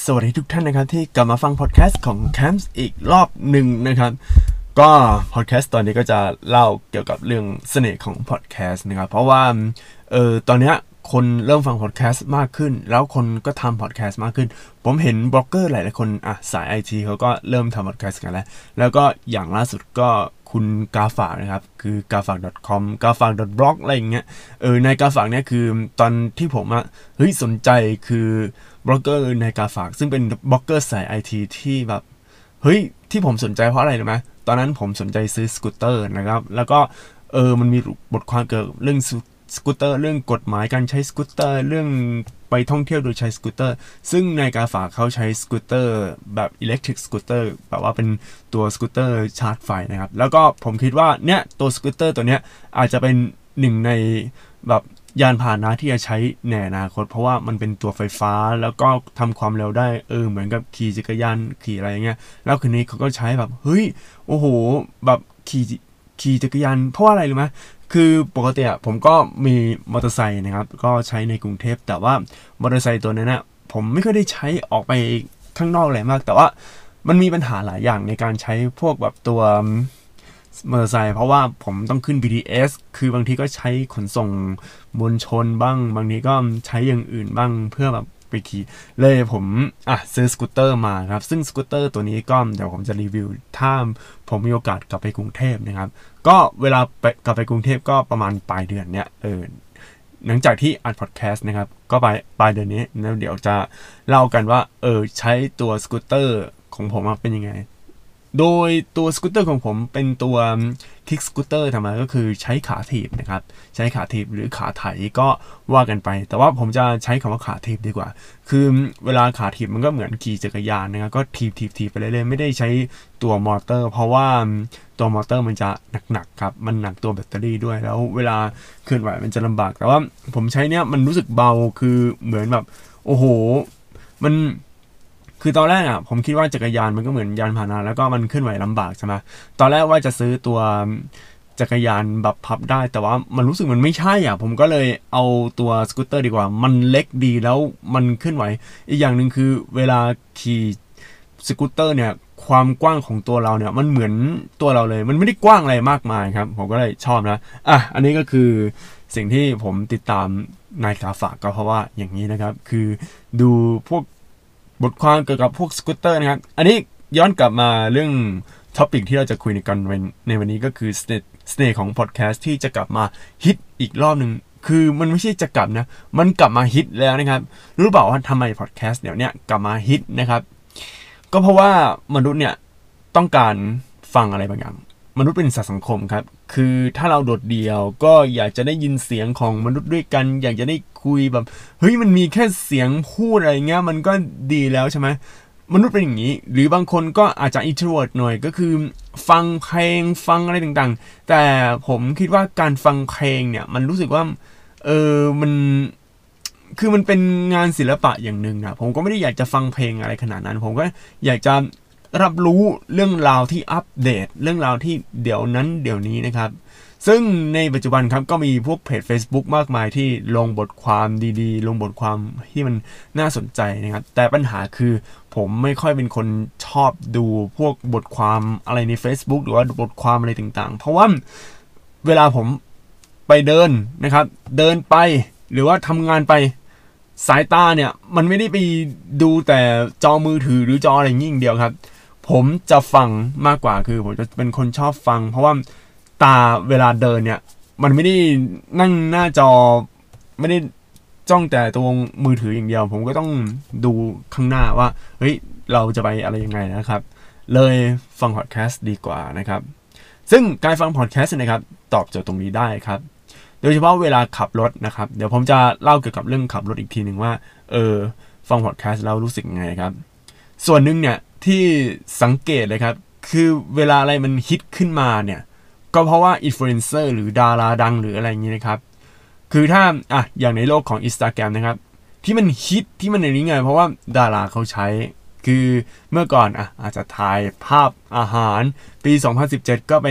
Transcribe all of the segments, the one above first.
วัสดีทุกท่านนะครับที่กลับมาฟังพอดแคสต์ของ Camps อีกรอบหนึ่งนะครับก็พอดแคสต์ตอนนี้ก็จะเล่าเกี่ยวกับเรื่องเสน่ห์ของพอดแคสต์นะครับเพราะว่าตอนนี้คนเริ่มฟังพอดแคสต์มากขึ้นแล้วคนก็ทำพอดแคสต์มากขึ้นผมเห็นบล็อกเกอร์หลายๆคนสาย IT เขาก็เริ่มทำพอดแคสต์กันแล้วก็อย่างล่าสุดก็คุณกาฝากนะครับคือ gafak.com gafak.blog อะไรอย่างเงี้ยในกาฝากเนี่ยคือตอนที่ผมสนใจคือบล็อกเกอร์ในกาฝากซึ่งเป็นบล็อกเกอร์สาย IT ที่แบบที่ผมสนใจเพราะอะไรรู้ไหมตอนนั้นผมสนใจซื้อสกูตเตอร์นะครับแล้วก็มันมีบทความเกี่ยวกับเรื่องสกูตเตอร์เรื่องกฎหมายการใช้สกูตเตอร์เรื่องไปท่องเที่ยวโดยใช้สกูตเตอร์ซึ่งในกาฝากเขาใช้สกูตเตอร์แบบอิเล็กทริกสกูตเตอร์แบบว่าเป็นตัวสกูตเตอร์ชาร์จไฟนะครับแล้วก็ผมคิดว่าเนี่ยตัวสกูตเตอร์ตัวเนี้ยอาจจะเป็นหนึ่งในแบบยานพาหนะที่จะใช้ในอนาคตเพราะว่ามันเป็นตัวไฟฟ้าแล้วก็ทำความเร็วได้เหมือนกับขี่จักรยานขี่อะไรเงี้ยแล้วคืนนี้เขาก็ใช้แบบโอ้โหแบบขี่จักรยานเพราะว่าอะไรรู้ไหมคือปกติผมก็มีมอเตอร์ไซค์นะครับก็ใช้ในกรุงเทพแต่ว่ามอเตอร์ไซค์ตัวนั้นผมไม่ค่อยได้ใช้ออกไปข้างนอกอะไรมากแต่ว่ามันมีปัญหาหลายอย่างในการใช้พวกแบบตัวมอเตอร์ไซค์เพราะว่าผมต้องขึ้น BTS คือบางทีก็ใช้ขนส่งมวลชนบ้างบางทีก็ใช้อย่างอื่นบ้างเพื่อแบบไปขี่เลยผมซื้อสกูตเตอร์มาครับซึ่งสกูตเตอร์ตัวนี้ก็เดี๋ยวผมจะรีวิวถ้าผมมีโอกาสกลับไปกรุงเทพนะครับก็เวลากลับไปกรุงเทพก็ประมาณปลายเดือนเนี้ยหลังจากที่อัดพอดแคสต์นะครับก็ปลายเดือนนี้แล้วเดี๋ยวจะเล่ากันว่าใช้ตัวสกูตเตอร์ของผมเป็นยังไงโดยตัวสกูตเตอร์ของผมเป็นตัวคิกสกูตเตอร์ทำไมก็คือใช้ขาถีบนะครับใช้ขาถีบหรือขาไถก็ว่ากันไปแต่ว่าผมจะใช้คำว่าขาถีบดีกว่าคือเวลาขาถีบมันก็เหมือนขี่จักรยานนะครับก็ถีบไปเรื่อยๆไม่ได้ใช้ตัวมอเตอร์เพราะว่าตัวมอเตอร์มันจะหนักครับมันหนักตัวแบตเตอรี่ด้วยแล้วเวลาเคลื่อนไหวมันจะลำบากแต่ว่าผมใช้เนี้ยมันรู้สึกเบาคือเหมือนแบบโอ้โหมันคือตอนแรกผมคิดว่าจักรยานมันก็เหมือนยานพาหนะแล้วก็มันเคลื่อนไหวลำบากใช่ไหมตอนแรกว่าจะซื้อตัวจักรยานแบบพับได้แต่ว่ามันรู้สึกมันไม่ใช่ผมก็เลยเอาตัวสกูตเตอร์ดีกว่ามันเล็กดีแล้วมันเคลื่อนไหวอีกอย่างหนึ่งคือเวลาขี่สกูตเตอร์เนี่ยความกว้างของตัวเราเนี่ยมันเหมือนตัวเราเลยมันไม่ได้กว้างอะไรมากมายครับผมก็เลยชอบนะอันนี้ก็คือสิ่งที่ผมติดตามนายกาฝากก็เพราะว่าอย่างนี้นะครับคือดูพวกบทความเกี่ยวกับพวกสกูตเตอร์นะครับอันนี้ย้อนกลับมาเรื่องท็อปิกที่เราจะคุยกันในวันนี้ก็คือสเน่ห์ของพอดแคสต์ที่จะกลับมาฮิตอีกรอบหนึ่งคือมันไม่ใช่จะกลับนะมันกลับมาฮิตแล้วนะครับรู้เปล่าว่าทำไมพอดแคสต์เดี๋ยวนี้กลับมาฮิตนะครับก็เพราะว่ามนุษย์เนี่ยต้องการฟังอะไรบางอย่างมนุษย์เป็นสัตว์สังคมครับคือถ้าเราโดดเดี่ยวก็อยากจะได้ยินเสียงของมนุษย์ด้วยกันอยากจะได้คุยแบบมันมีแค่เสียงพูดอะไรเงี้ยมันก็ดีแล้วใช่ไหมมนุษย์เป็นอย่างนี้หรือบางคนก็อาจจะ introvert หน่อยก็คือฟังเพลงฟังอะไรต่างๆแต่ผมคิดว่าการฟังเพลงเนี่ยมันรู้สึกว่ามันคือมันเป็นงานศิลปะอย่างหนึ่งผมก็ไม่ได้อยากจะฟังเพลงอะไรขนาดนั้นผมก็อยากจะรับรู้เรื่องราวที่อัปเดตเรื่องราวที่เดี๋ยวนั้นเดี๋ยวนี้นะครับซึ่งในปัจจุบันครับก็มีพวกเพจ Facebook มากมายที่ลงบทความดีๆลงบทความที่มันน่าสนใจนะครับแต่ปัญหาคือผมไม่ค่อยเป็นคนชอบดูพวกบทความอะไรใน Facebook หรือว่าบทความอะไรต่างๆเพราะว่าเวลาผมไปเดินนะครับเดินไปหรือว่าทำงานไปสายตาเนี่ยมันไม่ได้ไปดูแต่จอมือถือหรือจออะไรอย่างเดียวครับผมจะฟังมากกว่าคือผมจะเป็นคนชอบฟังเพราะว่าตาเวลาเดินเนี่ยมันไม่ได้นั่งหน้าจอไม่ได้จ้องแต่ตัวมือถืออย่างเดียวผมก็ต้องดูข้างหน้าว่าเราจะไปอะไรยังไงนะครับเลยฟังพอดแคสต์ดีกว่านะครับซึ่งการฟังพอดแคสต์นะครับตอบโจทย์ตรงนี้ได้ครับโดยเฉพาะเวลาขับรถนะครับเดี๋ยวผมจะเล่าเกี่ยวกับเรื่องขับรถอีกทีหนึ่งว่าฟังพอดแคสต์แล้วรู้สึกยังไงครับส่วนหนึ่งเนี่ยที่สังเกตเลยครับคือเวลาอะไรมันฮิตขึ้นมาเนี่ยก็เพราะว่าอินฟลูเอนเซอร์หรือดาราดังหรืออะไรอย่างนี้นะครับคือถ้าอย่างในโลกของ Instagram นะครับที่มันฮิตที่มันอย่างนี้ไงเพราะว่าดาราเขาใช้คือเมื่อก่อนอาจจะถ่ายภาพอาหารปี2017ก็เป็น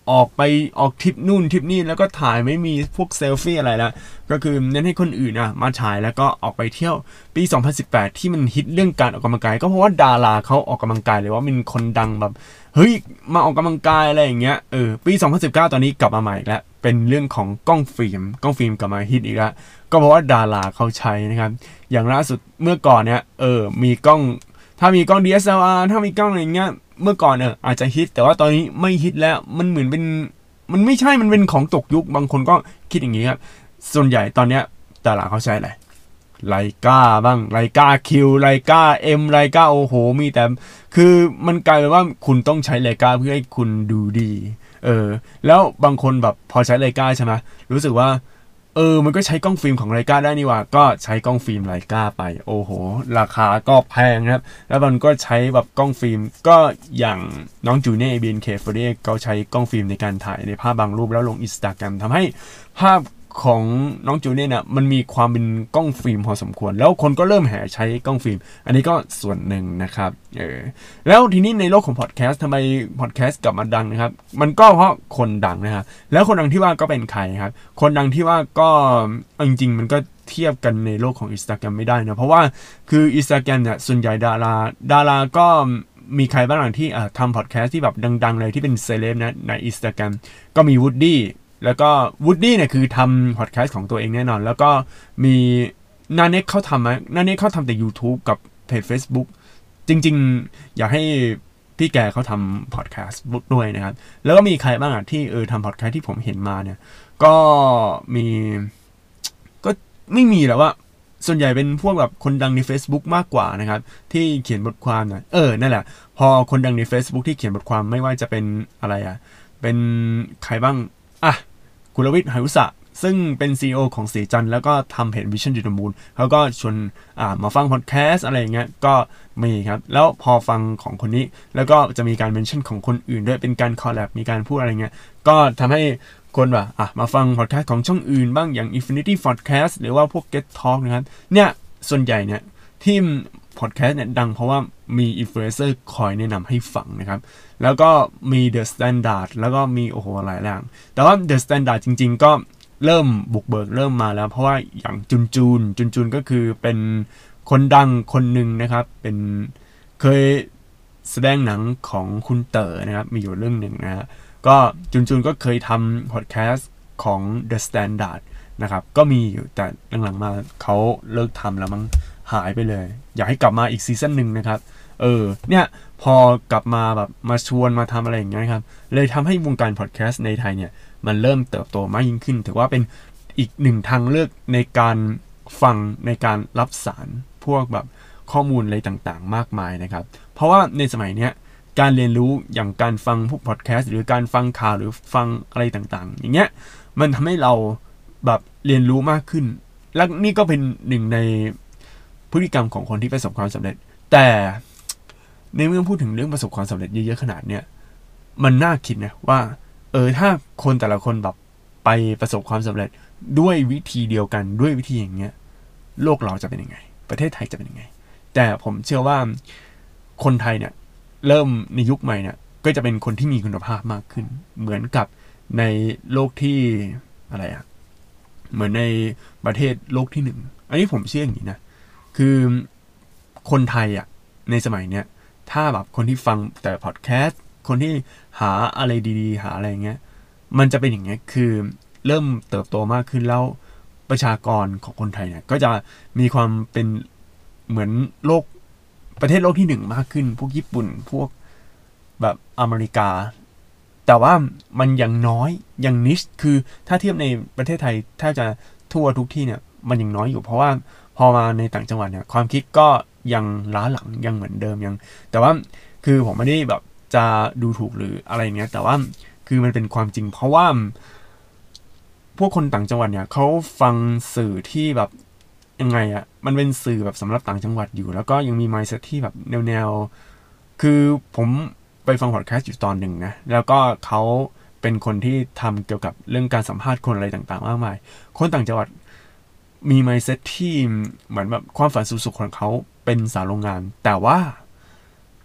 ออกไปออกทริปนู่นทริปนี่แล้วก็ถ่ายไม่มีพวกเซลฟี่อะไรแล้วก็คือเน้นให้คนอื่นมาถ่ายแล้วก็ออกไปเที่ยวปี 2018 ที่มันฮิตเรื่องการออกกำลังกายก็เพราะว่าดาราเขาออกกำลังกายเลยว่าเป็นคนดังแบบเฮ้ยมาออกกำลังกายอะไรอย่างเงี้ยปี 2019 ตอนนี้กลับมาใหม่อีกแล้วเป็นเรื่องของกล้องฟิล์มกลับมาฮิตอีกแล้วก็เพราะว่าดาราเขาใช้นะครับอย่างล่าสุดเมื่อก่อนเนี่ยมีกล้องถ้ามีกล้อง DSLR ถ้ามีกล้องอะไรเงี้ยเมื่อก่อนอาจจะฮิตแต่ว่าตอนนี้ไม่ฮิตแล้วมันเหมือนเป็นมันไม่ใช่มันเป็นของตกยุคบางคนก็คิดอย่างนี้ครับส่วนใหญ่ตอนเนี้ยดาราเขาใช้อะไรไลกาบ้างไลกาคิวไลกาเอ็มไลกาโอ้โหมีแต่คือมันกลายเป็นว่าคุณต้องใช้ไลกาเพื่อให้คุณดูดีแล้วบางคนแบบพอใช้ไลกาใช่ไหมรู้สึกว่ามันก็ใช้กล้องฟิล์มของไลกาได้นี่ว่าก็ใช้กล้องฟิล์มไลกาไปโอ้โหราคาก็แพงนะครับแล้วมันก็ใช้แบบกล้องฟิล์มก็อย่างน้องจูเน่ BNK48 เขาใช้กล้องฟิล์มในการถ่ายในภาพบางรูปแล้วลง Instagram ทำให้ภาพของน้องจูเน่เนี่ยมันมีความเป็นกล้องฟิล์มพอสมควรแล้วคนก็เริ่มแห่ใช้กล้องฟิล์มอันนี้ก็ส่วนหนึ่งนะครับแล้วทีนี้ในโลกของพอดแคสต์ทำไมพอดแคสต์กลับมาดังนะครับมันก็เพราะคนดังนะครับแล้วคนดังที่ว่าก็เป็นใครครับคนดังที่ว่าก็จริงๆมันก็เทียบกันในโลกของ Instagram ไม่ได้นะเพราะว่าคือ Instagram เนี่ยส่วนใหญ่ดาราก็มีใครบ้างที่ทำพอดแคสต์ที่แบบดังๆเลยที่เป็นเซเลบนะใน Instagram ก็มีวูดดี้แล้วก็วูดดี้เนี่ยคือทำพอดแคสต์ของตัวเองแน่นอนแล้วก็มีนาเน็กเขาทำไหมนาเน็กเขาทำแต่ YouTube กับเพจ Facebook จริงๆอยากให้พี่แกเขาทำพอดแคสต์ด้วยนะครับแล้วก็มีใครบ้างที่ทำพอดแคสต์ที่ผมเห็นมาเนี่ยก็มีก็ไม่มีแล้วว่าส่วนใหญ่เป็นพวกแบบคนดังใน Facebook มากกว่านะครับที่เขียนบทความนะนั่นแหละพอคนดังใน Facebook ที่เขียนบทความไม่ว่าจะเป็นอะไรเป็นใครบ้างกุลวิทย์ หายุสะซึ่งเป็น CEO ของสีจันแล้วก็ทำเพจ Vision to the Moon เขาก็ชวนมาฟังพอดแคสต์อะไรอย่างเงี้ยก็มีครับแล้วพอฟังของคนนี้แล้วก็จะมีการเมนชั่นของคนอื่นด้วยเป็นการคอลแลบมีการพูดอะไรเงี้ยก็ทำให้คนมาฟังพอดแคสต์ของช่องอื่นบ้างอย่าง Infinity Podcast หรือว่าพวก Get Talk นะครับเนี่ยส่วนใหญ่เนี่ยที่พอดแคสต์เนี่ยดังเพราะว่ามีอินฟลูเอนเซอร์คอยแนะนำให้ฟังนะครับแล้วก็มี The Standard แล้วก็มีโอ้โหหลายอย่างแต่ว่า The Standard จริงๆก็เริ่มบุกเบิกเริ่มมาแล้วเพราะว่าอย่างจุนก็คือเป็นคนดังคนหนึ่งนะครับเป็นเคยแสดงหนังของคุณเต๋อนะครับมีอยู่เรื่องหนึ่งนะฮะก็จุนก็เคยทำพอดแคสต์ของ The Standard นะครับก็มีอยู่แต่หลังๆมาเขาเลิกทำแล้วมั้งหายไปเลยอยากให้กลับมาอีกซีซั่นหนึ่งนะครับเนี่ยพอกลับมาแบบมาชวนมาทำอะไรอย่างเงี้ยครับเลยทำให้วงการพอดแคสต์ในไทยเนี่ยมันเริ่มเติบโตมากยิ่งขึ้นถือว่าเป็นอีกหนึ่งทางเลือกในการฟังในการรับสารพวกแบบข้อมูลอะไรต่างๆมากมายนะครับเพราะว่าในสมัยเนี้ยการเรียนรู้อย่างการฟังพวกพอดแคสต์หรือการฟังข่าวหรือฟังอะไรต่างๆอย่างเงี้ยมันทำให้เราแบบเรียนรู้มากขึ้นและนี่ก็เป็นหนึ่งในพฤติกรรมของคนที่ประสบความสำเร็จแต่ในเมื่อพูดถึงเรื่องประสบความสำเร็จเยอะๆขนาดเนี้ยมันน่าคิดนะว่าถ้าคนแต่ละคนแบบไปประสบความสำเร็จด้วยวิธีเดียวกันด้วยวิธีอย่างเงี้ยโลกเราจะเป็นยังไงประเทศไทยจะเป็นยังไงแต่ผมเชื่อว่าคนไทยเนี่ยเริ่มในยุคใหม่เนี่ยก็จะเป็นคนที่มีคุณภาพมากขึ้นเหมือนกับในโลกที่อะไรเหมือนในประเทศโลกที่หนึ่งอันนี้ผมเชื่ออย่างนี้นะคือคนไทยในสมัยเนี้ยถ้าแบบคนที่ฟังแต่พอดแคสต์คนที่หาอะไรดีๆหาอะไรเงี้ยมันจะเป็นอย่างเงี้ยคือเริ่มเติบโตมากขึ้นแล้วประชากรของคนไทยเนี่ยก็จะมีความเป็นเหมือนโลกประเทศโลกที่หนึ่งมากขึ้นพวกญี่ปุ่นพวกแบบอเมริกาแต่ว่ามันยังน้อยยังนิชคือถ้าเทียบในประเทศไทยถ้าจะทั่วทุกที่เนี่ยมันยังน้อยอยู่เพราะว่าพอมาในต่างจังหวัดเนี่ยความคิดก็ยังล้าหลังยังเหมือนเดิมยังแต่ว่าคือผมไม่ได้แบบจะดูถูกหรืออะไรเนี้ยแต่ว่าคือมันเป็นความจริงเพราะว่าพวกคนต่างจังหวัดเนี่ยเขาฟังสื่อที่แบบยังไงมันเป็นสื่อแบบสำหรับต่างจังหวัดอยู่แล้วก็ยังมี mindset ที่แบบแนวคือผมไปฟังพอดแคสต์อยู่ตอนหนึ่งนะแล้วก็เขาเป็นคนที่ทำเกี่ยวกับเรื่องการสัมภาษณ์คนอะไรต่างๆมากมายคนต่างจังหวัดมี mindset ที่เหมือนแบบความฝันสูงสุดของเขาเป็นสาวโรงงานแต่ว่า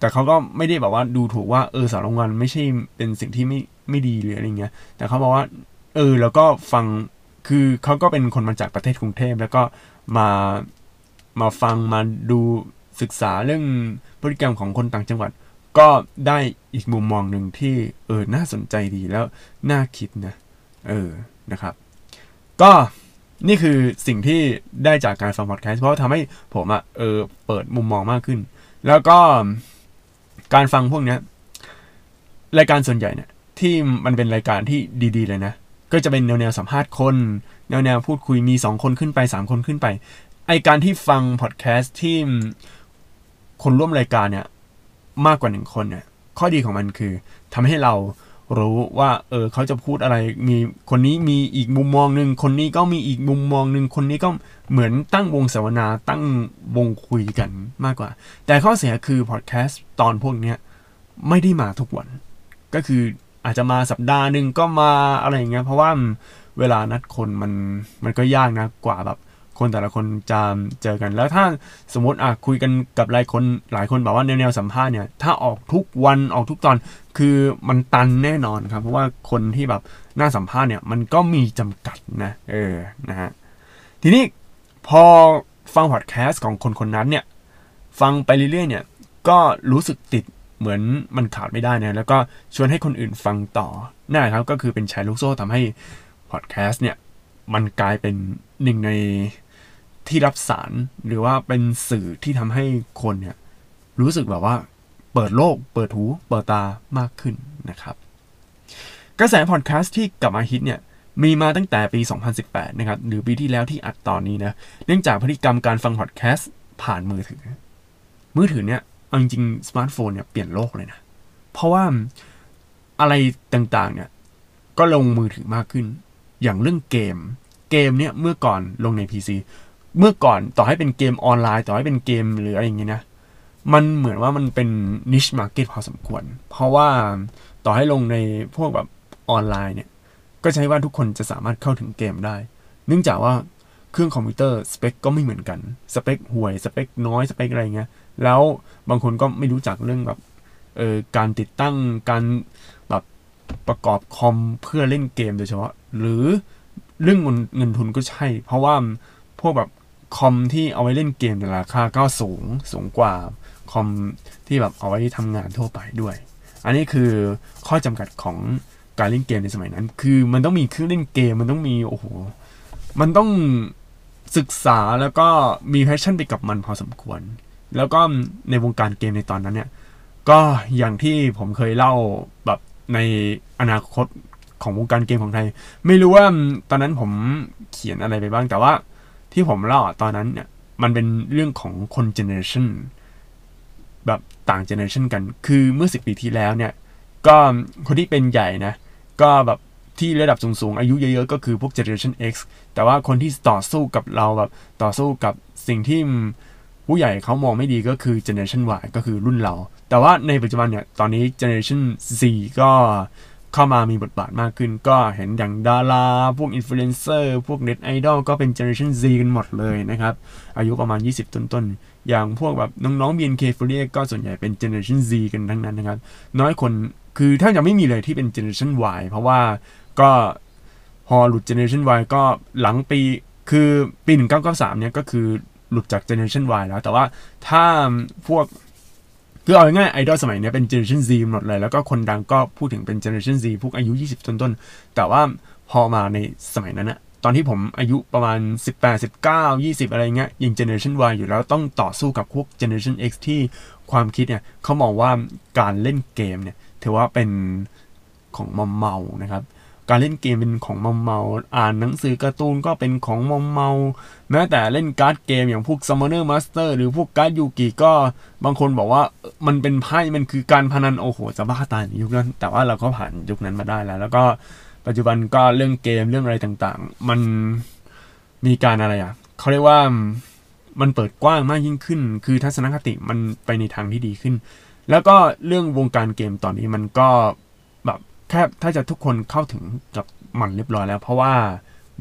แต่เขาก็ไม่ได้แบบว่าดูถูกว่าสารโรงงานไม่ใช่เป็นสิ่งที่ไม่ดีหรืออะไรเงี้ยแต่เขาบอกว่าแล้วก็ฟังคือเขาก็เป็นคนมาจากประเทศกรุงเทพแล้วก็มาฟังมาดูศึกษาเรื่องพฤติกรรมของคนต่างจังหวัดก็ได้อีกมุมมองหนึ่งที่น่าสนใจดีแล้วน่าคิดนะนะครับก็นี่คือสิ่งที่ได้จากการฟังพอดแคสต์เพราะทำให้ผมเปิดมุมมองมากขึ้นแล้วก็การฟังพวกนี้รายการส่วนใหญ่เนี่ยที่มันเป็นรายการที่ดีๆเลยนะก็จะเป็นแนวสัมภาษณ์คนแนวพูดคุยมี2คนขึ้นไป3คนขึ้นไปไอการที่ฟังพอดแคสต์ที่คนร่วมรายการเนี่ยมากกว่า1คนเนี่ยข้อดีของมันคือทำให้เรารู้ว่าเขาจะพูดอะไรมีคนนี้มีอีกมุมมองนึงคนนี้ก็มีอีกมุมมองนึงคนนี้ก็เหมือนตั้งวงเสวนาตั้งวงคุยกันมากกว่าแต่ข้อเสียคือพอดแคสต์ตอนพวกนี้ไม่ได้มาทุกวันก็คืออาจจะมาสัปดาห์นึงก็มาอะไรอย่างเงี้ยเพราะว่าเวลานัดคนมันก็ยากนะกว่าแบบคนแต่ละคนจะเจอกันแล้วถ้าสมมติคุยกันกับหลายคนแบบว่าแนวสัมภาษณ์เนี่ยถ้าออกทุกวันออกทุกตอนคือมันตันแน่นอนครับเพราะว่าคนที่แบบน่าสัมภาษณ์เนี่ยมันก็มีจำกัดนะนะฮะทีนี้พอฟังพอดแคสต์ของคนนั้นเนี่ยฟังไปเรื่อยๆเนี่ยก็รู้สึกติดเหมือนมันขาดไม่ได้นะแล้วก็ชวนให้คนอื่นฟังต่อนั่นแหละครับก็คือเป็นแชร์ลูกโซ่ทำให้พอดแคสต์เนี่ยมันกลายเป็นหนึ่งในที่รับสารหรือว่าเป็นสื่อที่ทำให้คนเนี่ยรู้สึกแบบว่าเปิดโลกเปิดหูเปิดตามากขึ้นนะครับกระแสพอดแคสต์ที่กลับมาฮิตเนี่ยมีมาตั้งแต่ปี 2018 นะครับหรือปีที่แล้วที่อัดตอนนี้นะเนื่องจากพฤติกรรมการฟังพอดแคสต์ผ่านมือถือเนี่ยเอาจริงๆสมาร์ทโฟนเนี่ยเปลี่ยนโลกเลยนะเพราะว่าอะไรต่างๆเนี่ยก็ลงมือถือมากขึ้นอย่างเรื่องเกมเนี่ยเมื่อก่อนลงใน PC เมื่อก่อนต่อให้เป็นเกมออนไลน์ต่อให้เป็นเกมหรืออะไรอย่างเงี้ยนะมันเหมือนว่ามันเป็น niche market พอสมควรเพราะว่าต่อให้ลงในพวกแบบออนไลน์เนี่ยก็ใช้ว่าทุกคนจะสามารถเข้าถึงเกมได้เนื่องจากว่าเครื่องคอมพิวเตอร์สเปคก็ไม่เหมือนกันสเปคห่วยสเปคน้อยสเปคอะไรเงี้ยแล้วบางคนก็ไม่รู้จักเรื่องแบบการติดตั้งการแบบประกอบคอมเพื่อเล่นเกมโดยเฉพาะหรือเรื่องเงินทุนก็ใช่เพราะว่าพวกแบบคอมที่เอาไว้เล่นเกมแต่ราคาก็สูงกว่าคอมที่แบบเอาไว้ทำงานทั่วไปด้วยอันนี้คือข้อจำกัดของการเล่นเกมในสมัยนั้นคือมันต้องมีเครื่องเล่นเกมมันต้องมีมันต้องศึกษาแล้วก็มีแพชชั่นไปกับมันพอสมควรแล้วก็ในวงการเกมในตอนนั้นเนี่ยก็อย่างที่ผมเคยเล่าแบบในอนาคตของวงการเกมของไทยไม่รู้ว่าตอนนั้นผมเขียนอะไรไปบ้างแต่ว่าที่ผมเล่าตอนนั้นเนี่ยมันเป็นเรื่องของคนเจเนอเรชันแบบต่างเจเนอเรชันกันคือเมื่อ10 ปีที่แล้วเนี่ยก็คนที่เป็นใหญ่นะก็แบบที่ระดับสูงอายุเยอะๆก็คือพวก Generation X แต่ว่าคนที่ต่อสู้กับเราแบบต่อสู้กับสิ่งที่ผู้ใหญ่เขามองไม่ดีก็คือ Generation Y ก็คือรุ่นเราแต่ว่าในปัจจุบันเนี่ยตอนนี้ Generation Z ก็เข้ามามีบทบาทมากขึ้นก็เห็นอย่างดาราพวกอินฟลูเอนเซอร์พวกเน็ตไอดอลก็เป็น Generation Z กันหมดเลยนะครับอายุประมาณ20ต้นๆอย่างพวกแบบน้องๆ BNK48 ก็ส่วนใหญ่เป็น Generation Z กันทั้งนั้นนะครับน้อยคนคือถ้ายังไม่มีเลยที่เป็น Generation Y เพราะว่าก็พอหลุด Generation Y ก็หลังปีคือปี1993เนี่ยก็คือหลุดจาก Generation Y แล้วแต่ว่าถ้าพวกคือเอาง่ายๆไอดอลสมัยนี้เป็น Generation Z หมดเลยแล้วก็คนดังก็พูดถึงเป็น Generation Z พวกอายุ20ต้นๆแต่ว่าพอมาในสมัยนั้นนะตอนที่ผมอายุประมาณ18 19 20อะไรเงี้ยยัง Generation Y อยู่แล้วต้องต่อสู้กับพวก Generation X ที่ความคิดเนี่ยเขามองว่าการเล่นเกมเนี่ยถือว่าเป็นของมอมเมานะครับการเล่นเกมเป็นของมอมเมาอ่านหนังสือการ์ตูนก็เป็นของมอมเมาแม้แต่เล่นการ์ดเกมอย่างพวก Summoner Master หรือพวกการ์ดยูกิก็บางคนบอกว่ามันเป็นไพ่มันคือการพนันโอ้โหจะบ้าตายในยุคนั้นแต่ว่าเราก็ผ่านยุคนั้นมาได้แล้วก็ปัจจุบันก็เรื่องเกมเรื่องอะไรต่างๆมันมีการอะไรเขาเรียกว่ามันเปิดกว้างมากยิ่งขึ้นคือทัศนคติมันไปในทางที่ดีขึ้นแล้วก็เรื่องวงการเกมตอนนี้มันก็แบบแค่ถ้าจะทุกคนเข้าถึงกับมันเรียบร้อยแล้วเพราะว่า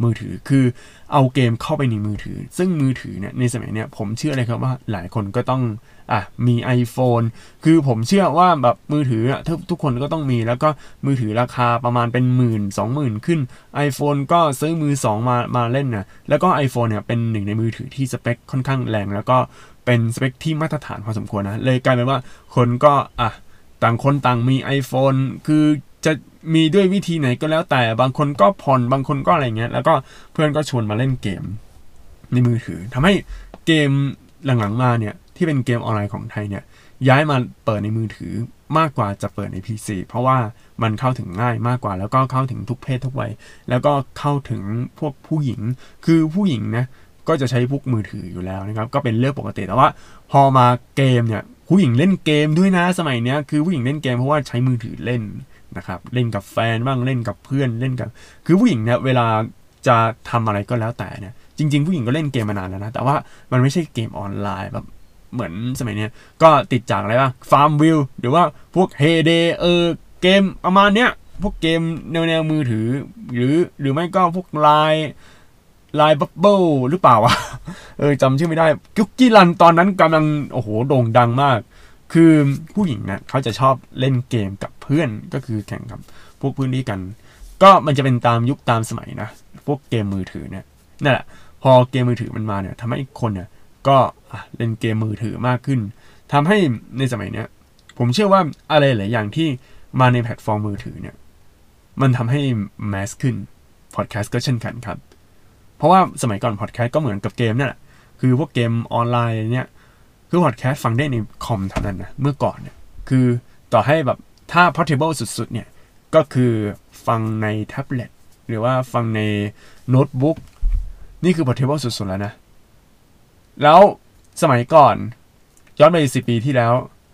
มือถือคือเอาเกมเข้าไปในมือถือซึ่งมือถือเนี่ยในสมัยเนี้ยผมเชื่อเลยครับว่าหลายคนก็ต้องมี iPhone คือผมเชื่อว่าแบบมือถือทุกคนก็ต้องมีแล้วก็มือถือราคาประมาณเป็น10,000-20,000ขึ้น iPhone ก็ซื้อมือ2มาเล่นนะแล้วก็ iPhone เนี่ยเป็นหนึ่งในมือถือที่สเปคค่อนข้างแรงแล้วก็เป็นสเปคที่มาตรฐานพอสมควรนะเลยกลายเป็นว่าคนก็ต่างคนต่างมี iPhone คือจะมีด้วยวิธีไหนก็แล้วแต่บางคนก็ผ่อนบางคนก็อะไรเงี้ยแล้วก็เพื่อนก็ชวนมาเล่นเกมในมือถือทำให้เกมหลังๆมาเนี่ยที่เป็นเกมออนไลน์ของไทยเนี่ยย้ายมาเปิดในมือถือมากกว่าจะเปิดใน PC เพราะว่ามันเข้าถึงง่ายมากกว่าแล้วก็เข้าถึงทุกเพศทุกวัยแล้วก็เข้าถึงพวกผู้หญิงคือผู้หญิงนะก็จะใช้พวกมือถืออยู่แล้วนะครับก็เป็นเรื่องปกติแต่ว่าพอมาเกมเนี่ยผู้หญิงเล่นเกมด้วยนะสมัยเนี้ยคือผู้หญิงเล่นเกมเพราะว่าใช้มือถือเล่นนะครับเล่นกับแฟนบ้างเล่นกับเพื่อนเล่นกับคือผู้หญิงเนี่ยเวลาจะทำอะไรก็แล้วแต่เนี่ยจริงๆผู้หญิงก็เล่นเกมมานานแล้วนะแต่ว่ามันไม่ใช่เกมออนไลน์แบบเหมือนสมัยนี้ก็ติดจากอะไรบ้างฟาร์มวิวหรือว่าพวกเฮเดเกมประมาณเนี้ยพวกเกมแนวมือถือหรือไม่ก็พวกไลน์บับเบิ้ลหรือเปล่าวะจำชื่อไม่ได้กุ๊กกี้รันตอนนั้นกำลังโอ้โหโด่งดังมากคือผู้หญิงเนี่ยเขาจะชอบเล่นเกมกับเพื่อนก็คือแข่งกับพวกเพื่อนด้วยกันก็มันจะเป็นตามยุคตามสมัยนะพวกเกมมือถือเนี่ยนั่นแหละพอเกมมือถือมันมาเนี่ยทำให้คนเนี่ยก็เล่นเกมมือถือมากขึ้นทำให้ในสมัยเนี้ยผมเชื่อว่าอะไรหลายอย่างที่มาในแพลตฟอร์มมือถือเนี่ยมันทำให้แมสขึ้นพอดแคสต์ก็เช่นกันครับเพราะว่าสมัยก่อนพอดแคสต์ก็เหมือนกับเกมนั่นแหละคือพวกเกมออนไลน์เนี่ยคือพอดแคสต์ฟังได้ในคอมเท่านั้นนะเมื่อก่อนเนี่ยคือต่อให้แบบถ้า portable สุดๆเนี่ยก็คือฟังในแท็บเล็ตหรือว่าฟังในโน้ตบุ๊กนี่คือ portable สุดๆแล้วนะแล้วสมัยก่อนย้อนไป10 ปีที่แล้ว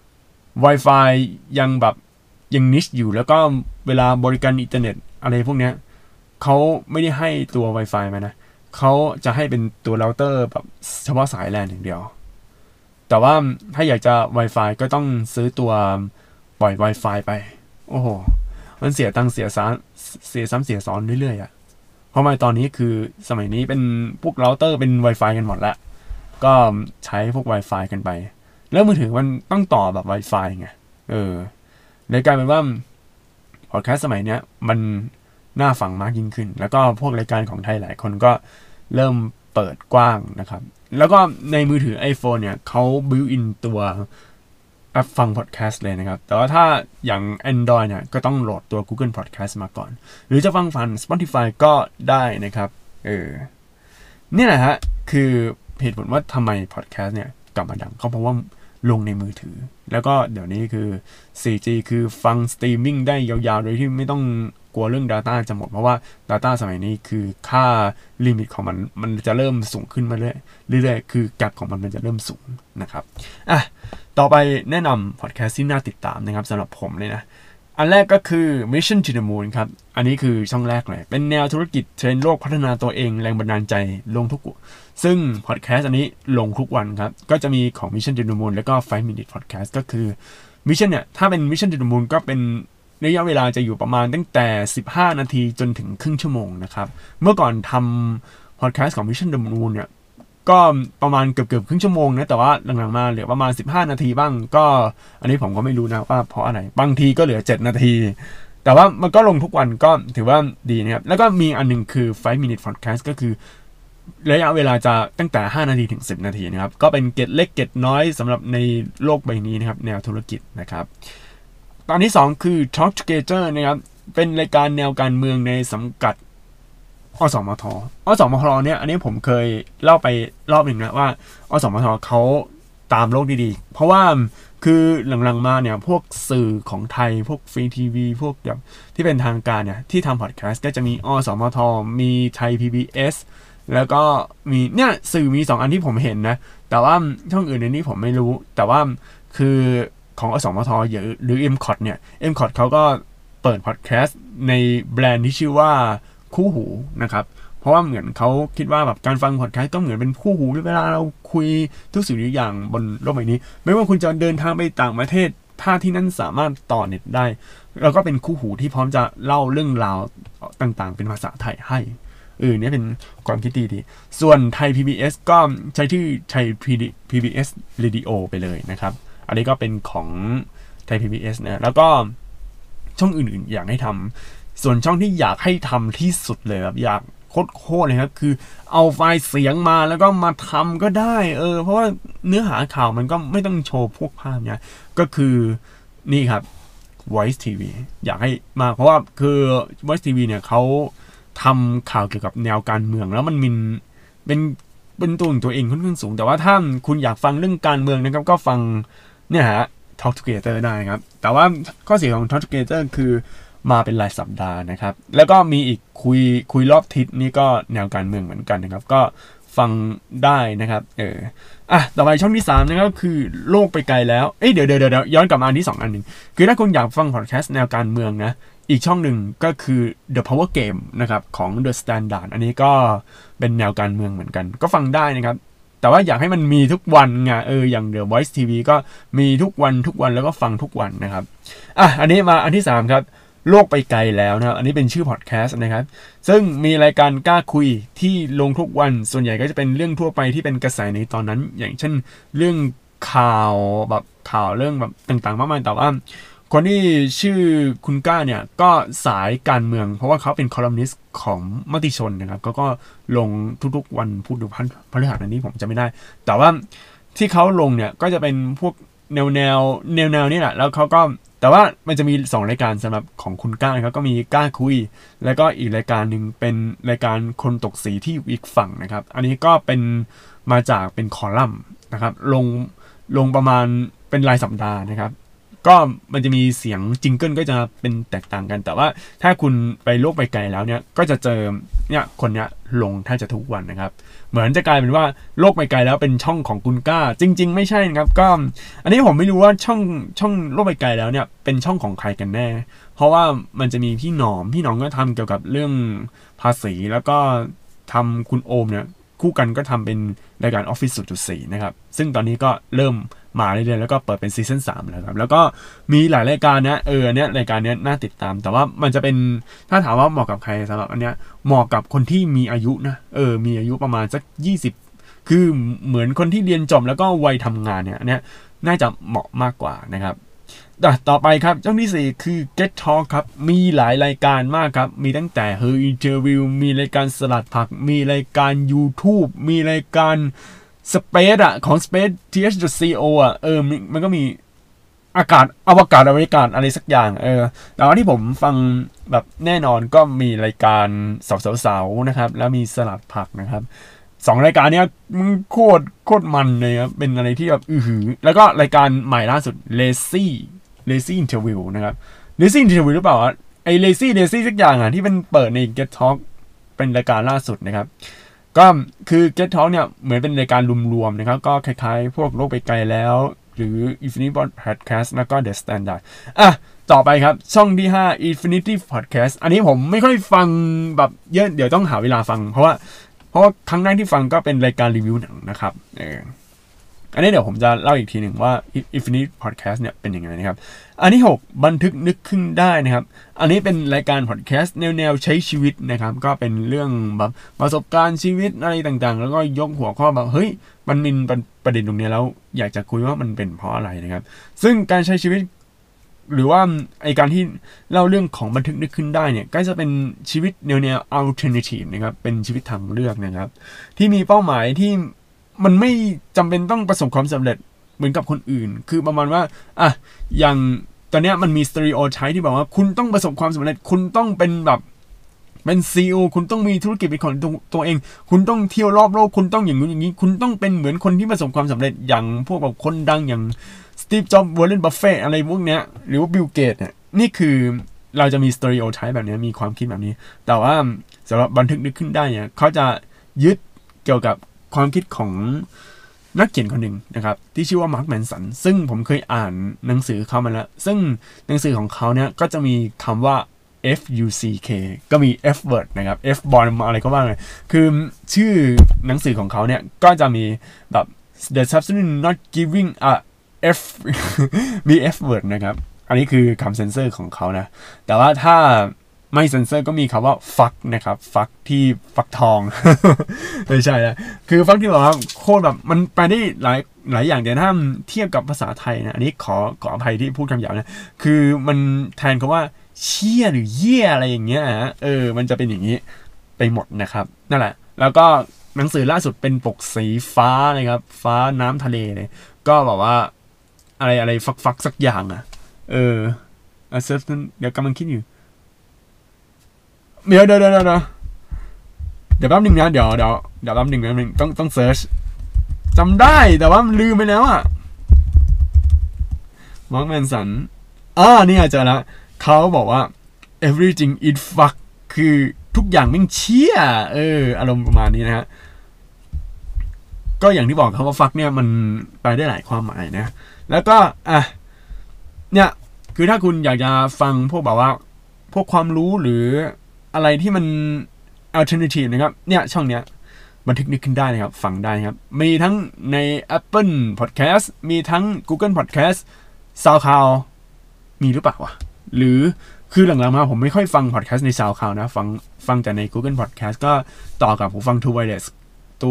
Wi-Fi ยังแบบยังนิชอยู่แล้วก็เวลาบริการอินเทอร์เน็ตอะไรพวกเนี้ยเขาไม่ได้ให้ตัว Wi-Fi มานะเขาจะให้เป็นตัวเราเตอร์แบบเฉพาะสายแลนอย่างเดียวแต่ว่าถ้าอยากจะ Wi-Fi ก็ต้องซื้อตัวปล่อย Wi-Fi ไปโอ้โหมันเสียตังค์เสียซ้ำเสียซ้อนเรื่อยๆเพราะมาตอนนี้คือสมัยนี้เป็นพวกเราเตอร์เป็น Wi-Fi กันหมดแล้วก็ใช้พวก Wi-Fi กันไปแล้วมือถือมันต้องต่อแบบ Wi-Fi ไงเลยกลายเป็นว่าพอดแคสต์สมัยเนี้ยมันน่าฟังมากยิ่งขึ้นแล้วก็พวกรายการของไทยหลายคนก็เริ่มเปิดกว้างนะครับแล้วก็ในมือถือ iPhone เนี่ยเขา built in ตัวแอปฟังพอดแคสต์เลยนะครับแต่ว่าถ้าอย่าง Android เนี่ยก็ต้องโหลดตัว Google Podcast มาก่อนหรือจะฟังผ่าน Spotify ก็ได้นะครับนี่แหละฮะคือเหตุผลว่าทำไมพอดแคสต์เนี่ยกลับมาดังเพราะว่าลงในมือถือแล้วก็เดี๋ยวนี้คือ 4G คือฟังสตรีมมิ่งได้ยาวๆโดยที่ไม่ต้องกลัวเรื่อง Data จะหมดเพราะว่า Data สมัยนี้คือค่าลิมิตของมันจะเริ่มสูงขึ้นมาเรื่อยๆคือแกปของมันจะเริ่มสูงนะครับต่อไปแนะนำพอดแคสต์ที่น่าติดตามนะครับสำหรับผมเลยนะอันแรกก็คือ Mission to the Moon ครับอันนี้คือช่องแรกเลยเป็นแนวธุรกิจเทรนด์โลกพัฒนาตัวเองแรงบันดาลใจลงทุกซึ่งพอดแคสต์อันนี้ลงทุกวันครับก็จะมีของ Mission to the Moon แล้วก็ 5 Minute Podcast ก็คือ Mission เนี่ยถ้าเป็น Mission to the Moon ก็เป็นระยะเวลาจะอยู่ประมาณตั้งแต่15 นาทีจนถึงครึ่งชั่วโมงนะครับเมื่อก่อนทำพอดแคสต์ของ Mission to the Moon เนี่ยก็ประมาณเกือบครึ่งชั่วโมงนะแต่ว่าหลังๆมาเหลือประมาณ15 นาทีบ้างก็อันนี้ผมก็ไม่รู้นะว่าเพราะอะไรบางทีก็เหลือ7 นาทีแต่ว่ามันก็ลงทุกวันก็ถือว่าดีนะครับแล้วก็มีอันนึงคือ5 minute podcast ก็คือระยะเวลาจะตั้งแต่5 นาทีถึง10 นาทีนะครับก็เป็นเกร็ดเล็กเกร็ดน้อยสำหรับในโลกใบนี้นะครับแนวธุรกิจนะครับตอนที่2คือ Talk Together นะครับเป็นรายการแนวการเมืองในสังกัดอสมทเนี่ยอันนี้ผมเคยเล่าไปรอบหนึ่งนะว่าอสมทเขาตามโลกดีๆเพราะว่าคือหลังๆมาเนี่ยพวกสื่อของไทยพวกฟรีทีวีพวกแบบที่เป็นทางการเนี่ยที่ทำพอดแคสต์ก็จะมีอสมทมีไทย PBS แล้วก็มีเนี่ยสื่อมี2 อันที่ผมเห็นนะแต่ว่าช่องอื่นในนี้ผมไม่รู้แต่ว่าคือของอสมทหรือ MCOT เนี่ย MCOT เขาก็เปิดพอดแคสต์ในแบรนด์ที่ชื่อว่าคู่หูนะครับเพราะว่าเหมือนเขาคิดว่าแบบการฟังพอดแคสต์ก็เหมือนเป็นคู่หูเวลาเราคุยทุกสิ่งทุกอย่างบนโลกใบนี้ไม่ว่าคุณจะเดินทางไปต่างประเทศถ้าที่นั่นสามารถต่อเน็ตได้เราก็เป็นคู่หูที่พร้อมจะเล่าเรื่องราวต่างๆเป็นภาษาไทยให้เนี่ยเป็นความคิดดีส่วนไทย PBS ก็ใช้ชื่อไทย PBS Radio ไปเลยนะครับอันนี้ก็เป็นของไทย PBS นะแล้วก็ช่องอื่นๆอยากให้ทำส่วนช่องที่อยากให้ทำที่สุดเลยครับอยากโคตรเลยครับคือเอาไฟล์เสียงมาแล้วก็มาทำก็ได้เพราะว่าเนื้อหาข่าวมันก็ไม่ต้องโชว์พวกภาพเนี่ยก็คือนี่ครับ Voice TV อยากให้มาเพราะว่าคือ Voice TV เนี่ยเขาทำข่าวเกี่ยวกับแนวการเมืองแล้วมันเป็นตัวเองค่อนข้างสูงแต่ว่าถ้าคุณอยากฟังเรื่องการเมืองนะครับก็ฟังเนี่ยฮะ Talk Together ได้ครับแต่ว่าข้อเสียของ Talk Together คือมาเป็นรายสัปดาห์นะครับแล้วก็มีอีกคุยรอบทิศนี่ก็แนวการเมืองเหมือนกันนะครับก็ฟังได้นะครับต่อไปช่องที่3นะครับคือโลกไปไกลแล้วเดี๋ยวย้อนกลับมาอันที่2อันนึงคือถ้าคุณอยากฟังพอดแคสต์แนวการเมืองนะอีกช่องหนึ่งก็คือ The Power Game นะครับของ The Standard อันนี้ก็เป็นแนวการเมืองเหมือนกันก็ฟังได้นะครับแต่ว่าอยากให้มันมีทุกวันไงอย่าง The Voice TV ก็มีทุกวันแล้วก็ฟังทุกวันนะครับอันนี้มาอันที่3ครับโลกไปไกลแล้วนะครับอันนี้เป็นชื่อพอดแคสต์นะครับซึ่งมีรายการกล้าคุยที่ลงทุกวันส่วนใหญ่ก็จะเป็นเรื่องทั่วไปที่เป็นกระแสในตอนนั้นอย่างเช่นเรื่องข่าวเรื่องแบบต่างๆมากมายแต่ว่าคนที่ชื่อคุณก้าเนี่ยก็สายการเมืองเพราะว่าเขาเป็นคอลัมนิสต์ของมติชนนะครับก็ลงทุกๆวันพูดดูพฤหัสอันนี้ผมจะไม่ได้แต่ว่าที่เขาลงเนี่ยก็จะเป็นพวกแนวนี่แหละแล้วเขาก็แต่ว่ามันจะมี2รายการสำหรับของคุณก้านะครับก็มีก้าคุยแล้วก็อีกรายการหนึ่งเป็นรายการคนตกสีที่อีกฝั่งนะครับอันนี้ก็เป็นมาจากเป็นคอลัมน์นะครับลงประมาณเป็นรายสัปดาห์นะครับก็มันจะมีเสียงจิงเกิลก็จะเป็นแตกต่างกันแต่ว่าถ้าคุณไปโลกไปไกลแล้วเนี่ยก็จะเจอเนี่ยคนเนี้ยลงแทบจะทุกวันนะครับเหมือนจะกลายเป็นว่าโลกไปไกลแล้วเป็นช่องของคุณก้าจริงๆไม่ใช่นะครับก็อันนี้ผมไม่รู้ว่าช่องโลกไปไกลแล้วเนี่ยเป็นช่องของใครกันแน่เพราะว่ามันจะมีพี่หนอมก็ทำเกี่ยวกับเรื่องภาษีแล้วก็ทำคุณโอมเนี่ยคู่กันก็ทำเป็นรายการ Office 0.4 นะครับซึ่งตอนนี้ก็เริ่มมาเรื่อยๆแล้วก็เปิดเป็นซีซั่น3แล้วครับแล้วก็มีหลายรายการนะเนี้ยรายการเนี้ยน่าติดตามแต่ว่ามันจะเป็นถ้าถามว่าเหมาะกับใครสำหรับอันเนี้ยเหมาะกับคนที่มีอายุนะมีอายุประมาณสัก20คือเหมือนคนที่เรียนจบแล้วก็วัยทำงานเนี่ยอันเนี้ยน่าจะเหมาะมากกว่านะครับต่อไปครับช่องที่4คือ Get Talk ครับมีหลายรายการมากครับมีตั้งแต่ Her Interview มีรายการสลัดผักมีรายการ YouTube มีรายการSpace ของ Space th.co มันก็มีอวกาศอะไรสักอย่างแต่ว่าที่ผมฟังแบบแน่นอนก็มีรายการสาวๆนะครับแล้วมีสลัดผักนะครับ2รายการเนี้ยมันโคตรมันเลยครับเป็นอะไรที่แบบแล้วก็รายการใหม่ล่าสุด Lazy Interview นะครับ Lazy Interview หรือเปล่าไอ้ Lazy สักอย่างที่เป็นเปิดใน Get Talk เป็นรายการล่าสุดนะครับก็คือ Get Talk เนี่ยเหมือนเป็นรายการรวมๆนะครับก็คล้ายๆพวกโลกไปไกลแล้วหรือ Infinity Podcast แล้วก็ The Standard ต่อไปครับช่องที่5 Infinity Podcast อันนี้ผมไม่ค่อยฟังแบบเยอะเดี๋ยวต้องหาเวลาฟังเพราะว่าครั้งแรกที่ฟังก็เป็นรายการรีวิวหนังนะครับอันนี้เดี๋ยวผมจะเล่าอีกทีหนึ่งว่า Infinity Podcast เนี่ยเป็นยังไงนะครับอันที่6บันทึกนึกขึ้นได้นะครับอันนี้เป็นรายการพอดแคสต์แนวใช้ชีวิตนะครับก็เป็นเรื่องแบบประสบการณ์ชีวิตอะไรต่างๆแล้วก็ยกหัวข้อแบบเฮ้ยมันมีประเด็นตรงนี้แล้วอยากจะคุยว่ามันเป็นเพราะอะไรนะครับซึ่งการใช้ชีวิตหรือว่าไอการที่เล่าเรื่องของบันทึกนึกขึ้นได้เนี่ยก็จะเป็นชีวิตแนว alternative นะครับเป็นชีวิตทางเลือกนะครับที่มีเป้าหมายที่มันไม่จำเป็นต้องประสบความสำเร็จเหมือนกับคนอื่นคือประมาณว่าอย่างตอนนี้มันมีสเตอริโอไทป์ที่บอกว่าคุณต้องประสบความสำเร็จคุณต้องเป็นแบบเป็น CEO คุณต้องมีธุรกิจเป็นของตัวเองคุณต้องเที่ยวรอบโลกคุณต้องอย่างนู้นอย่างนี้คุณต้องเป็นเหมือนคนที่ประสบความสำเร็จอย่างพวกแบบคนดังอย่างสตีฟ จ็อบส์ วอร์เรน บัฟเฟตต์อะไรพวกเนี้ยหรือว่าบิล เกตส์เนี่ยนี่คือเราจะมีสเตอริโอไทป์แบบนี้มีความคิดแบบนี้แต่ว่าสำหรับบันทึกนึกขึ้นได้เนี่ยเขาจะยึดเกี่ยวกับความคิดของนักเขียนคนหนึ่งนะครับที่ชื่อว่ามาร์ค แมนสันซึ่งผมเคยอ่านหนังสือเขามาแล้วซึ่งหนังสือของเขาเนี่ยก็จะมีคำว่า FUCK ก็มี F word นะครับ F bomb อะไรก็ว่าเลยคือชื่อหนังสือของเขาเนี่ยก็จะมีแบบ the substance not giving a F มี F word นะครับอันนี้คือคำเซนเซอร์ของเขานะแต่ว่าถ้าไม่เซ็นเซอร์ก็มีคำว่าฟักนะครับฟักที่ฟักทอง ไม่ใช่นะคือฟักที่บอกว่าโคตรแบบมันไปได้หลายอย่างเดี๋ยวถ้าเทียบกับภาษาไทยนะอันนี้ขออภัยที่พูดคำหยาบนะคือมันแทนคำว่าเชี่ยหรือเยี่ยอะไรอย่างเงี้ยฮะมันจะเป็นอย่างนี้ไปหมดนะครับนั่นแหละแล้วก็หนังสือล่าสุดเป็นปกสีฟ้านะครับฟ้าน้ำทะเลเลยก็บอกว่าอะไรฟักสักอย่างอ่ะเดี๋ยวกำลังคิดอยู่เดี๋ยวแป๊บนึงนะเดี๋ยวแป๊บนึงต้องเซิร์ชจำได้แต่ว่าลืมไปแล้วอ่ะมาร์คแมนสันนี่เจอแล้วเขาบอกว่า everything is fuck คือทุกอย่างไม่เชี่ยอารมณ์ประมาณนี้นะฮะก็อย่างที่บอกเขาว่า fuck เนี่ยมันไปได้หลายความหมายนะแล้วก็เนี่ยคือถ้าคุณอยากจะฟังพวกแบบว่าพวกความรู้หรืออะไรที่มัน alternative นะครับเนี่ยช่องเนี้ยบันทึกนึกขึ้นได้นะครับฟังได้ครับมีทั้งใน Apple Podcast มีทั้ง Google Podcast SoundCloud มีหรือเปล่าวะหรือคือหลังๆมาผมไม่ค่อยฟัง podcast ใน SoundCloud นะฟังแต่ใน Google Podcast ก็ต่อกับหูฟัง True Wireless ตัว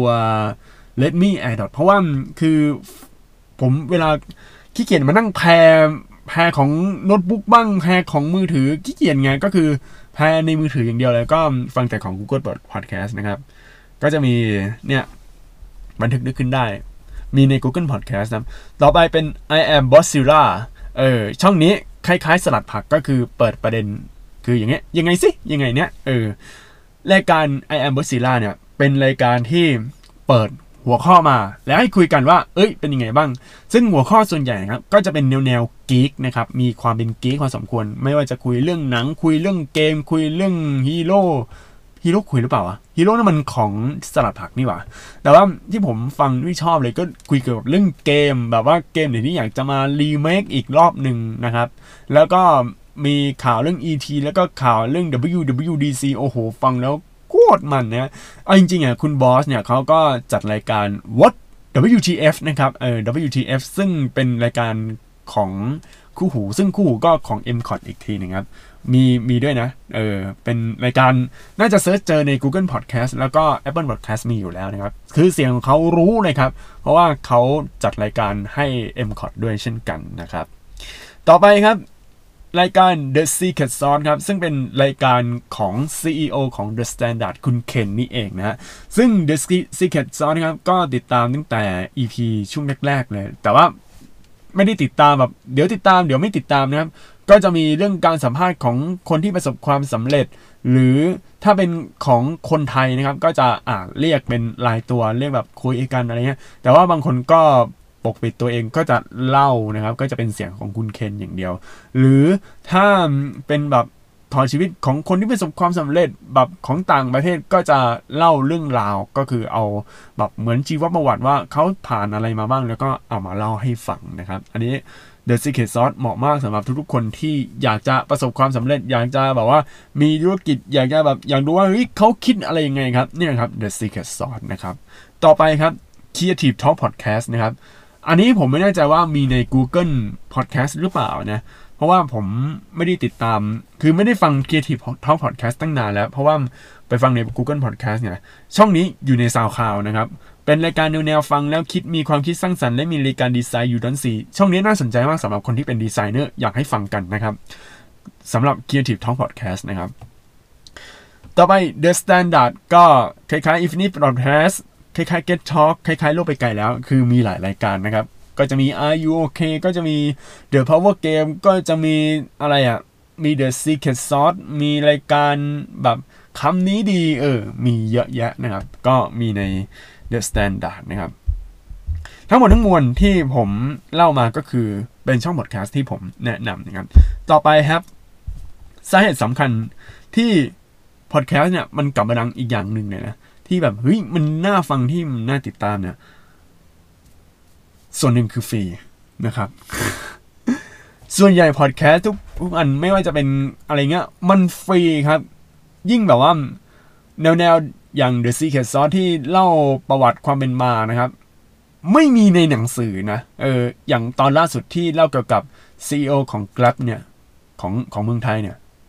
Redmi AirDot เพราะว่าคือผมเวลาขี้เกียจมานั่งแพรของโน้ตบุ๊กบ้างแพรของมือถือขี้เกียจไงก็คือแพรในมือถืออย่างเดียวเลยก็ฟังแต่ของ Google Podcast นะครับก็จะมีเนี่ยบันทึกนึกขึ้นได้มีใน Google Podcast นะต่อไปเป็น I am Bossilla ช่องนี้คล้ายๆสลัดผักก็คือเปิดประเด็นคืออย่างเงี้ยยังไงเนี่ยรายการ I am Bossilla เนี่ยเป็นรายการที่เปิดหัวข้อมาแล้วให้คุยกันว่าเป็นยังไงบ้างซึ่งหัวข้อส่วนใหญ่นะครับก็จะเป็นแนวกี๊กนะครับมีความเป็นกี๊กพอสมควรไม่ว่าจะคุยเรื่องหนังคุยเรื่องเกมคุยเรื่องฮีโร่คุยหรือเปล่าวะฮีโร่นั่นมันของสลัดผักนี่หว่าแต่ว่าที่ผมฟังที่ชอบเลยก็คุยเกี่ยวกับเรื่องเกมแบบว่าเกมไหนที่อยากจะมารีเมคอีกรอบหนึ่งนะครับแล้วก็มีข่าวเรื่อง ET แล้วก็ข่าวเรื่อง WWDC โอ้โหฟังแล้วโคตรมันนะเอาจริงๆคุณบอสเนี่ยเขาก็จัดรายการ What WTF นะครับWTF ซึ่งเป็นรายการของคู่หูซึ่งคู่หูก็ของ MCOT อีกทีนึงครับมีด้วยนะเป็นรายการน่าจะเซิร์ชเจอใน Google Podcast แล้วก็ Apple Podcast มีอยู่แล้วนะครับคือเสียงของเขารู้เลยครับเพราะว่าเขาจัดรายการให้ MCOT ด้วยเช่นกันนะครับต่อไปครับรายการ The Secret Sauce ครับซึ่งเป็นรายการของ CEO ของ The Standard คุณเคนนี่เองนะฮะซึ่ง The Secret Sauce ครับก็ติดตามตั้งแต่ EP ช่วงแรกๆเลยแต่ว่าไม่ได้ติดตามแบบเดี๋ยวติดตามเดี๋ยวไม่ติดตามนะครับก็จะมีเรื่องการสัมภาษณ์ของคนที่ประสบความสำเร็จหรือถ้าเป็นของคนไทยนะครับก็จะเรียกเป็นรายตัวเรียกแบบคุยกันอะไรเงี้ยแต่ว่าบางคนก็ปกปิดตัวเองก็จะเล่านะครับก็จะเป็นเสียงของคุณเคนอย่างเดียวหรือถ้าเป็นแบบถอดชีวิตของคนที่ประสบความสำเร็จแบบของต่างประเทศก็จะเล่าเรื่องราวก็คือเอาแบบเหมือนชีวประวัติว่าเขาผ่านอะไรมาบ้างแล้วก็เอามาเล่าให้ฟังนะครับอันนี้ The Secret Sauce เหมาะมากสำหรับทุกๆคนที่อยากจะประสบความสำเร็จอยากจะแบบว่ามีธุรกิจอยากจะแบบอยากรู้ว่าเขาคิดอะไรยังไงครับนี่นะครับ The Secret Sauce นะครับต่อไปครับ Creative Talk Podcast นะครับอันนี้ผมไม่แน่ใจว่ามีใน Google Podcast หรือเปล่านะเพราะว่าผมไม่ได้ติดตามคือไม่ได้ฟัง Creative Talk Podcast ตั้งนานแล้วเพราะว่าไปฟังใน Google Podcast เนี่ยช่องนี้อยู่ใน SoundCloud นะครับเป็นรายการแนวฟังแล้วคิดมีความคิดสร้างสรรค์และมีรายการดีไซน์อยู่ด้านสี่ช่องนี้น่าสนใจมากสำหรับคนที่เป็นดีไซเนอร์อยากให้ฟังกันนะครับสำหรับ Creative Talk Podcast นะครับต่อไป The Standard ก็คล้ายๆ Infinite Podcast คล้ายๆ Get Talk คล้ายๆโลกไปไกลแล้วคือมีหลายรายการนะครับก็จะมี Are You OK ก็จะมี The Power Game ก็จะมีอะไรมี The Secret Sauce มีรายการแบบคำนี้ดีมีเยอะแยะนะครับก็มีใน The Standard นะครับทั้งหมดทั้งมวลที่ผมเล่ามาก็คือเป็นช่องพอดแคสต์ที่ผมแนะนำนะครับต่อไปครับสาเหตุสำคัญที่พอดแคสต์เนี่ยมันกลับมาดังอีกอย่างหนึ่งเลยนะที่แบบมันน่าฟังที่มันน่าติดตามเนี่ยส่วนหนึ่งคือฟรีนะครับ ส่วนใหญ่พอดแคสต์ทุกอันไม่ว่าจะเป็นอะไรเงี้ยมันฟรีครับยิ่งแบบว่าแนวอย่าง The Secret Sauce ที่เล่าประวัติความเป็นมานะครับไม่มีในหนังสือนะอย่างตอนล่าสุดที่เล่าเกี่ยวกับ CEO ของ Grab เนี่ยของเมืองไทยเนี่ย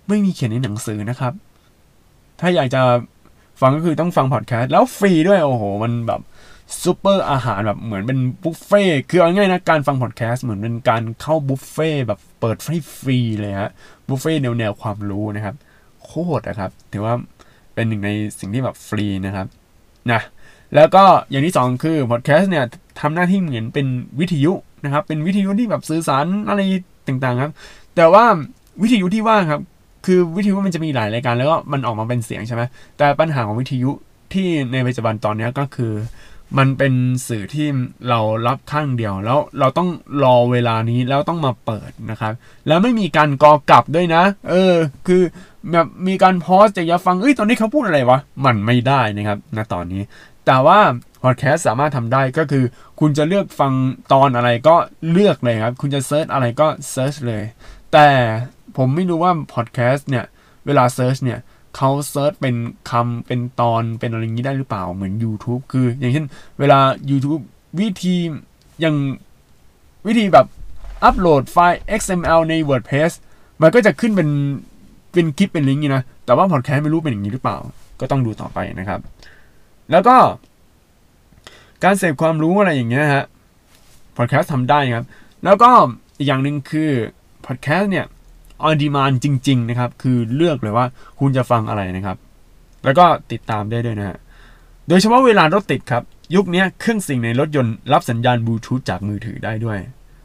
ไม่มีเขียนในหนังสือนะครับถ้าอยากจะฟังก็คือต้องฟังพอดแคสต์แล้วฟรีด้วยโอ้โหมันแบบซูเปอร์อาหารแบบเหมือนเป็นบุฟเฟ่คือเอาง่ายนะการฟังพอดแคสต์เหมือนเป็นการเข้าบุฟเฟ่แบบเปิดฟรีเลยฮะบุฟเฟ่แนวความรู้นะครับโคตรนะครับถือว่าเป็นหนึ่งในสิ่งที่แบบฟรีนะครับนะแล้วก็อย่างที่สองคือพอดแคสต์เนี่ยทำหน้าที่เหมือนเป็นวิทยุนะครับเป็นวิทยุที่แบบสื่อสารอะไรต่างๆครับแต่ว่าวิทยุที่ว่าครับคือวิทยุมันจะมีหลายรายการแล้วก็มันออกมาเป็นเสียงใช่ไหมแต่ปัญหาของวิทยุที่ในปัจจุบันตอนนี้ก็คือมันเป็นสื่อที่เรารับข้างเดียวแล้วเราต้องรอเวลานี้แล้วต้องมาเปิดนะครับแล้วไม่มีการกอกลับด้วยนะคือแบบมีการพอสจะฟังตอนนี้เขาพูดอะไรวะมันไม่ได้นะครับณตอนนี้แต่ว่าพอดแคสต์สามารถทำได้ก็คือคุณจะเลือกฟังตอนอะไรก็เลือกเลยครับคุณจะเซิร์ชอะไรก็เซิร์ชเลยแต่ผมไม่รู้ว่าพอดแคสต์เนี่ยเวลาเซิร์ชเนี่ยเขาเซิร์ชเป็นคำเป็นตอนเป็นอะไรอย่างนี้ได้หรือเปล่าเหมือน YouTube คืออย่างเช่นเวลา YouTube วิธีแบบอัปโหลดไฟล์ XML ใน WordPress มันก็จะขึ้นเป็นคลิปเป็นลิงก์นะแต่ว่าพอดแคสต์ไม่รู้เป็นอย่างนี้หรือเปล่าก็ต้องดูต่อไปนะครับแล้วก็การเสพความรู้อะไรอย่างเงี้ยฮะพอดแคสต์ทำได้ครับแล้วก็อีกอย่างหนึ่งคือพอดแคสต์เนี่ยon demand จริงๆนะครับคือเลือกเลยว่าคุณจะฟังอะไรนะครับแล้วก็ติดตามได้ด้วยนะฮะโดยเฉพาะเวลารถติดครับยุคนี้เครื่องเสียงในรถยนต์รับสัญญาณบลูทูธจากมือถือได้ด้วย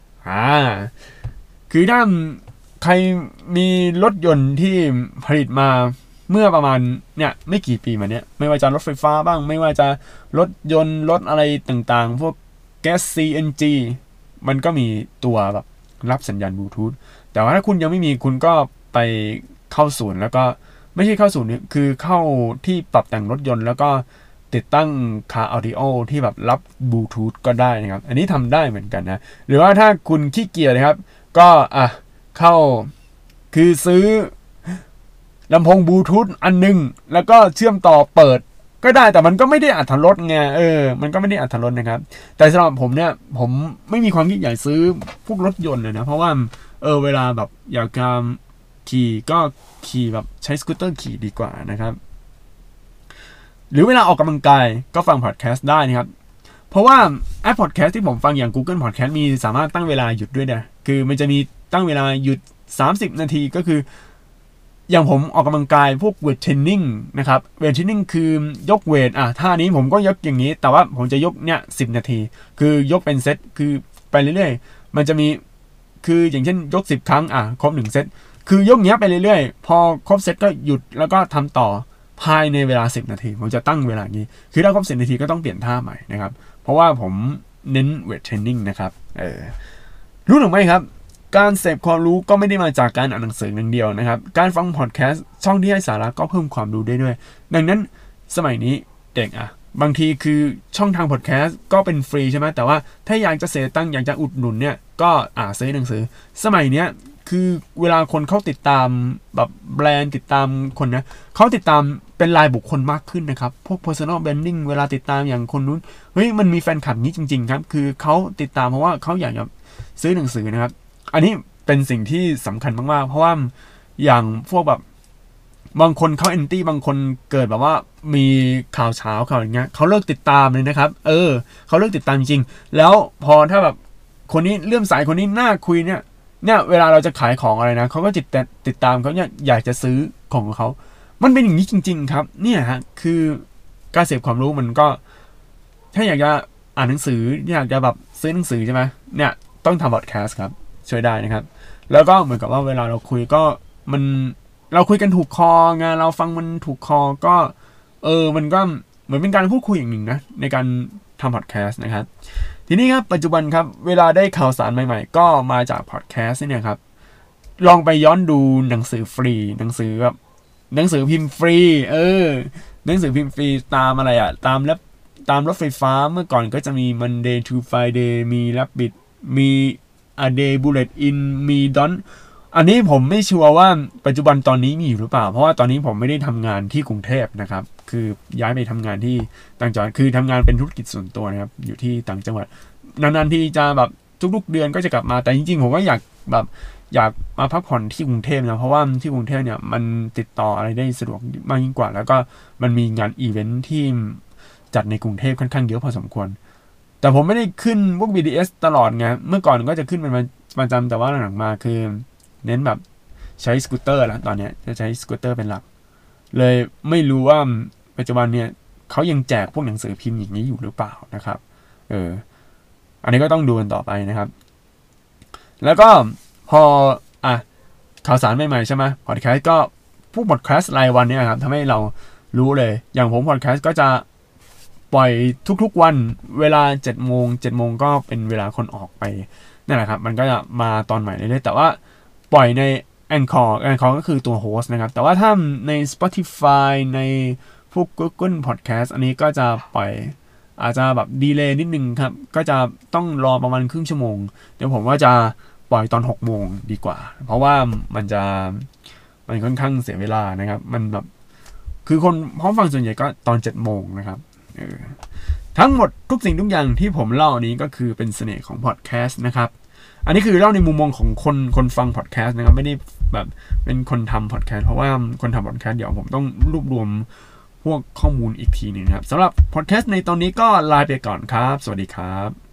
คือถ้าใครมีรถยนต์ที่ผลิตมาเมื่อประมาณเนี่ยไม่กี่ปีมาเนี้ยไม่ว่าจะรถไฟฟ้าบ้างไม่ว่าจะรถยนต์รถอะไรต่างๆพวกแก๊ส CNG มันก็มีตัวแบบรับสัญญาณบลูทูธแต่ว่าถ้าคุณยังไม่มีคุณก็ไปเข้าศูนย์แล้วก็ไม่ใช่เข้าศูนย์คือเข้าที่ปรับแต่งรถยนต์แล้วก็ติดตั้งคาร์ออดิโอที่แบบรับบลูทูธก็ได้นะครับอันนี้ทำได้เหมือนกันนะหรือว่าถ้าคุณขี้เกียจนะครับก็เข้าคือซื้อลำโพงบลูทูธอันนึงแล้วก็เชื่อมต่อเปิดก็ได้แต่มันก็ไม่ได้อรรถรสไงมันก็ไม่ได้อรรถรสนะครับแต่สำหรับผมเนี่ยผมไม่มีความคิดอยากซื้อพวกรถยนต์เลยนะเพราะว่าเวลาแบบอยากจะขี่ก็ขี่แบบใช้สกูตเตอร์ขี่ดีกว่านะครับหรือเวลาออกกำลังกายก็ฟังพอดแคสต์ได้นะครับเพราะว่าแอปพอดแคสต์ที่ผมฟังอย่าง Google Podcast มีสามารถตั้งเวลาหยุดด้วยนะคือมันจะมีตั้งเวลาหยุด30นาทีก็คืออย่างผมออกกำลังกายพวกเวทเทรนนิ่งนะครับเวทเทรนนิ่งคือยกเวทท่านี้ผมก็ยกอย่างนี้แต่ว่าผมจะยกเนี่ย10นาทีคือยกเป็นเซตคือไปเรื่อยๆมันจะมีคืออย่างเช่นยก10ครั้งครบ1เซตคือยกเนี้ยไปเรื่อยๆพอครบเซตก็หยุดแล้วก็ทำต่อภายในเวลา10นาทีผมจะตั้งเวลานี้คือถ้าครบ10นาทีก็ต้องเปลี่ยนท่าใหม่นะครับเพราะว่าผมเน้นเวทเทรนนิ่งนะครับรู้หรือไม่ครับการเสพความรู้ก็ไม่ได้มาจากการอ่านหนังสืออย่างเดียวนะครับการฟังพอดแคสต์ช่องที่ให้สาระก็เพิ่มความรู้ได้ด้วยดังนั้นสมัยนี้เด็กบางทีคือช่องทางพอดแคสต์ก็เป็นฟรีใช่ไหมแต่ว่าถ้าอยากจะเสียตังค์อยากจะอุดหนุนเนี่ยก็ซื้อหนังสือสมัยเนี้ยคือเวลาคนเขาติดตามแบบแบรนด์ติดตามคนนะเขาติดตามเป็นรายบุคคลมากขึ้นนะครับพวก personal branding เวลาติดตามอย่างคนนู้นมันมีแฟนคลับนี้จริงๆครับคือเขาติดตามเพราะว่าเขาอยากจะซื้อหนังสือนะครับอันนี้เป็นสิ่งที่สำคัญมากๆเพราะว่าอย่างพวกแบบบางคนเขาแอนตี้บางคนเกิดแบบว่ามีข่าวเช้าข่าวอย่างเงี้ยเขาเลิกติดตามเลยนะครับเขาเลิกติดตามจริงๆแล้วพอถ้าแบบคนนี้เลื่อมใสคนนี้น่าคุยเนี่ยเวลาเราจะขายของอะไรนะเขาก็ติดตามเขาอยากจะซื้อของเขามันเป็นอย่างนี้จริงๆครับเนี่ยฮะคือการเสพความรู้มันก็ถ้าอยากจะอ่านหนังสืออยากจะแบบซื้อหนังสือใช่ไหมเนี่ยต้องทำพอดแคสต์ครับช่วยได้นะครับแล้วก็เหมือนกับว่าเวลาเราคุยก็เราคุยกันถูกคอไงเราฟังมันถูกคอก็มันก็เหมือนเป็นการพูดคุยอย่างหนึ่งนะในการทำพอดแคสต์นะครับทีนี้ครับปัจจุบันครับเวลาได้ข่าวสารใหม่ๆก็มาจากพอดแคสต์เนี่ยครับลองไปย้อนดูหนังสือฟรีหนังสือพิมพ์ฟรีหนังสือพิมพ์ฟรีตามอะไรตามรถไฟฟ้าเมื่อก่อนก็จะมี Monday to Friday มี Rabbit มี A Day Bullet In มี Don อันนี้ผมไม่ชัวร์ว่าปัจจุบันตอนนี้มีอยู่หรือเปล่าเพราะว่าตอนนี้ผมไม่ได้ทำงานที่กรุงเทพนะครับคือย้ายไปทำงานที่ต่างจังหวัดคือทำงานเป็นธุรกิจส่วนตัวนะครับอยู่ที่ต่างจังหวัดนานๆที่จะแบบทุกๆเดือนก็จะกลับมาแต่จริงๆผมก็อยากแบบอยากมาพักผ่อนที่กรุงเทพนะเพราะว่าที่กรุงเทพเนี่ยมันติดต่ออะไรได้สะดวกมากยิ่งกว่าแล้วก็มันมีงานอีเวนท์ที่จัดในกรุงเทพค่อนข้างเยอะพอสมควรแต่ผมไม่ได้ขึ้นพวก BTS ตลอดไงเมื่อก่อนก็จะขึ้นเป็นประจำแต่ว่าหลังๆมาคือเน้นแบบใช้สกูตเตอร์แล้วตอนนี้จะใช้สกูตเตอร์เป็นหลักเลยไม่รู้ว่าปัจจุบันเนี่ยเขายังแจกพวกหนังสือพิมพ์อย่างนี้อยู่หรือเปล่านะครับอันนี้ก็ต้องดูกันต่อไปนะครับแล้วก็พอข่าวสารใหม่ๆใช่ไหมพอดแคสต์ก็พวกพอดแคสต์รายวันเนี่ยครับทำให้เรารู้เลยอย่างผมพอดแคสต์ก็จะปล่อยทุกๆวันเวลา7 โมงก็เป็นเวลาคนออกไปนั่นแหละครับมันก็จะมาตอนใหม่เรื่อยๆแต่ว่าปล่อยใน Anchor ก็คือตัวโฮสต์นะครับแต่ว่าถ้าใน Spotify ในพวก Google Podcast อันนี้ก็จะปล่อยอาจจะแบบดีเลย์นิดนึงครับก็จะต้องรอประมาณครึ่งชั่วโมงเดี๋ยวผมว่าจะปล่อยตอน6 โมงดีกว่าเพราะว่ามันค่อนข้างเสียเวลานะครับมันแบบคือคนพร้อมฟังส่วนใหญ่ก็ตอน7 โมงนะครับทั้งหมดทุกสิ่งทุกอย่างที่ผมเล่านี้ก็คือเป็นเสน่ห์ของพอดแคสต์นะครับอันนี้คือเล่าในมุมมองของคนฟังพอดแคสต์นะครับไม่ได้แบบเป็นคนทำพอดแคสต์เพราะว่าคนทำพอดแคสต์เดี๋ยวผมต้องรวบรวมพวกข้อมูลอีกทีนึงนะครับสำหรับพอดแคสต์ในตอนนี้ก็ลาไปก่อนครับสวัสดีครับ